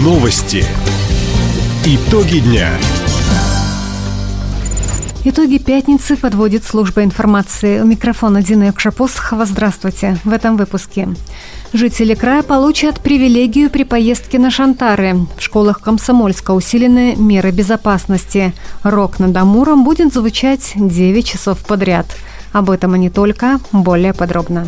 Новости. Итоги дня. Итоги пятницы подводит служба информации. У микрофона Дина Якшапосхова. Здравствуйте. В этом выпуске. Жители края получат привилегию при поездке на Шантары. В школах Комсомольска усилены меры безопасности. Рок над Амуром будет звучать 9 часов подряд. Об этом и не только, более подробно.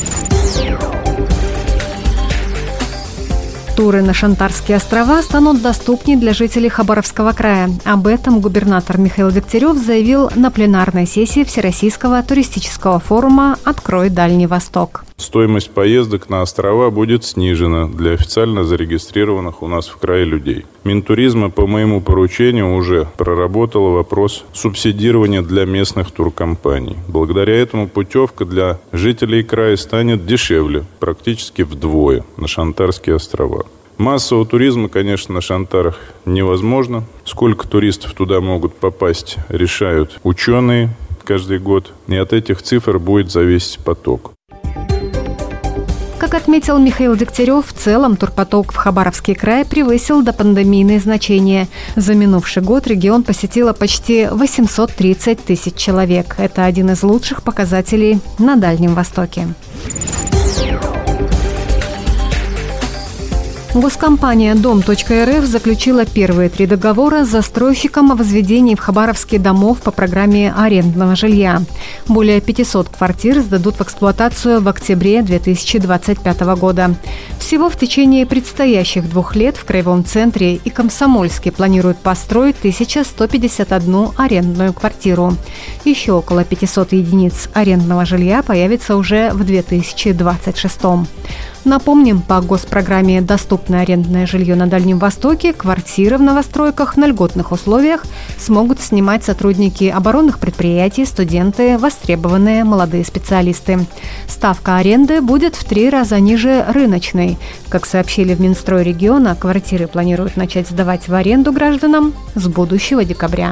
Туры на Шантарские острова станут доступнее для жителей Хабаровского края. Об этом губернатор Михаил Дегтярев заявил на пленарной сессии Всероссийского туристического форума «Открой Дальний Восток». Стоимость поездок на острова будет снижена для официально зарегистрированных у нас в крае людей. Минтуризма по моему поручению уже проработала вопрос субсидирования для местных туркомпаний. Благодаря этому путевка для жителей края станет дешевле, практически вдвое, на Шантарские острова. Массового туризма, конечно, на Шантарах невозможно. Сколько туристов туда могут попасть, решают ученые каждый год. И от этих цифр будет зависеть поток. Как отметил Михаил Дегтярев, в целом турпоток в Хабаровский край превысил допандемийные значения. За минувший год регион посетило почти 830 тысяч человек. Это один из лучших показателей на Дальнем Востоке. Госкомпания «Дом.РФ» заключила первые 3 договора с застройщиком о возведении в Хабаровске домов по программе арендного жилья. Более 500 квартир сдадут в эксплуатацию в октябре 2025 года. Всего в течение предстоящих 2 лет в Краевом центре и Комсомольске планируют построить 1151 арендную квартиру. Еще около 500 единиц арендного жилья появится уже в 2026. Напомним, по госпрограмме «Доступное арендное жилье на Дальнем Востоке» квартиры в новостройках на льготных условиях смогут снимать сотрудники оборонных предприятий, студенты, востребованные молодые специалисты. Ставка аренды будет в 3 раза ниже рыночной. Как сообщили в Минстрой региона, квартиры планируют начать сдавать в аренду гражданам с будущего декабря.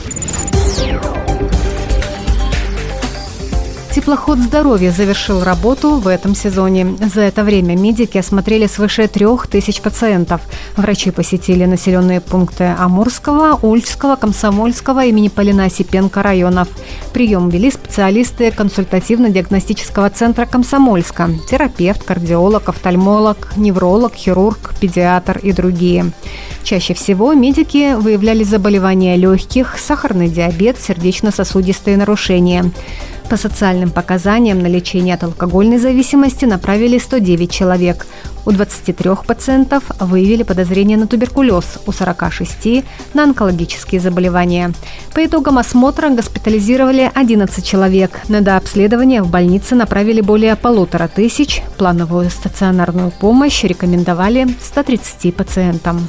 Теплоход «Здоровье» завершил работу в этом сезоне. За это время медики осмотрели свыше 3000 пациентов. Врачи посетили населенные пункты Амурского, Ульчского, Комсомольского имени Полина Осипенко районов. Прием вели специалисты консультативно-диагностического центра Комсомольска, терапевт, кардиолог, офтальмолог, невролог, хирург, педиатр и другие. Чаще всего медики выявляли заболевания легких, сахарный диабет, сердечно-сосудистые нарушения. По социальным показаниям на лечение от алкогольной зависимости направили 109 человек. У 23 пациентов выявили подозрение на туберкулез, у 46 – на онкологические заболевания. По итогам осмотра госпитализировали 11 человек. На дообследование в больнице направили более 1500. Плановую стационарную помощь рекомендовали 130 пациентам.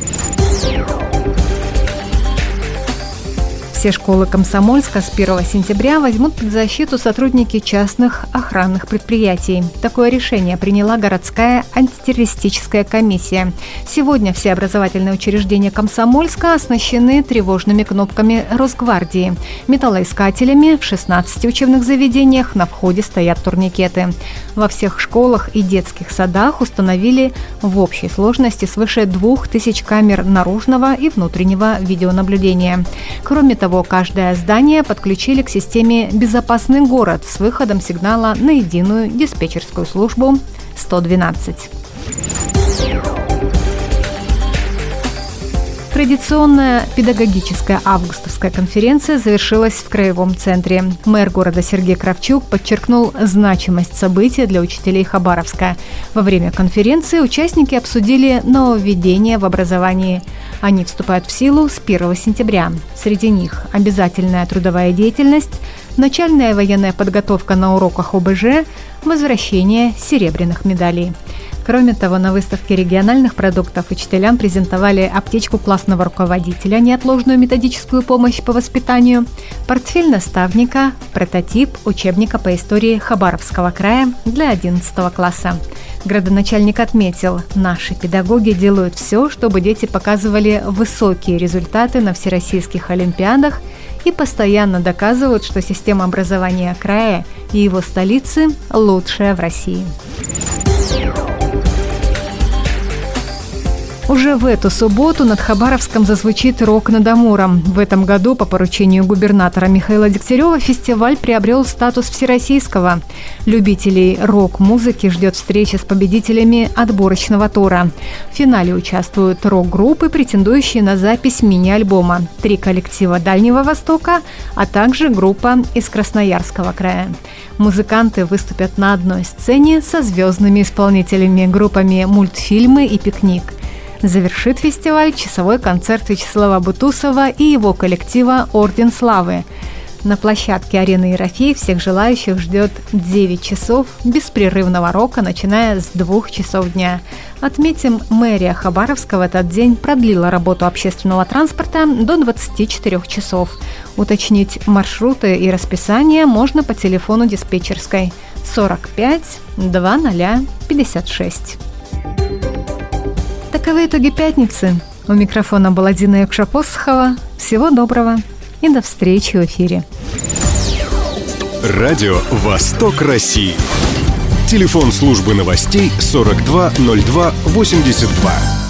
Все школы Комсомольска с 1 сентября возьмут под защиту сотрудники частных охранных предприятий. Такое решение приняла городская антитеррористическая комиссия. Сегодня все образовательные учреждения Комсомольска оснащены тревожными кнопками Росгвардии. Металлоискателями в 16 учебных заведениях на входе стоят турникеты. Во всех школах и детских садах установили в общей сложности свыше 2000 камер наружного и внутреннего видеонаблюдения. Кроме того, каждое здание подключили к системе «Безопасный город» с выходом сигнала на единую диспетчерскую службу 112. Традиционная педагогическая августовская конференция завершилась в Краевом центре. Мэр города Сергей Кравчук подчеркнул значимость события для учителей Хабаровска. Во время конференции участники обсудили нововведения в образовании. Они вступают в силу с 1 сентября. Среди них обязательная трудовая деятельность, начальная военная подготовка на уроках ОБЖ, возвращение серебряных медалей. Кроме того, на выставке региональных продуктов учителям презентовали аптечку классного руководителя, неотложную методическую помощь по воспитанию, портфель наставника, прототип учебника по истории Хабаровского края для 11 класса. Градоначальник отметил, наши педагоги делают все, чтобы дети показывали высокие результаты на всероссийских олимпиадах и постоянно доказывают, что система образования края и его столицы лучшая в России. Уже в эту субботу над Хабаровском зазвучит «Рок над Амуром». В этом году по поручению губернатора Михаила Дегтярева фестиваль приобрел статус всероссийского. Любителей рок-музыки ждет встреча с победителями отборочного тура. В финале участвуют рок-группы, претендующие на запись мини-альбома, 3 коллектива Дальнего Востока, а также группа из Красноярского края. Музыканты выступят на одной сцене со звездными исполнителями, группами «Мультфильмы» и «Пикник». Завершит фестиваль часовой концерт Вячеслава Бутусова и его коллектива «Орден славы». На площадке арены Ерофей всех желающих ждет 9 часов беспрерывного рока, начиная с 2 часов дня. Отметим, мэрия Хабаровска в этот день продлила работу общественного транспорта до 24 часов. Уточнить маршруты и расписание можно по телефону диспетчерской 45 20 56. Таковы итоги пятницы. У микрофона была Дина Якшапосхова. Всего доброго и до встречи в эфире. Радио «Восток России». Телефон службы новостей 42 02 82.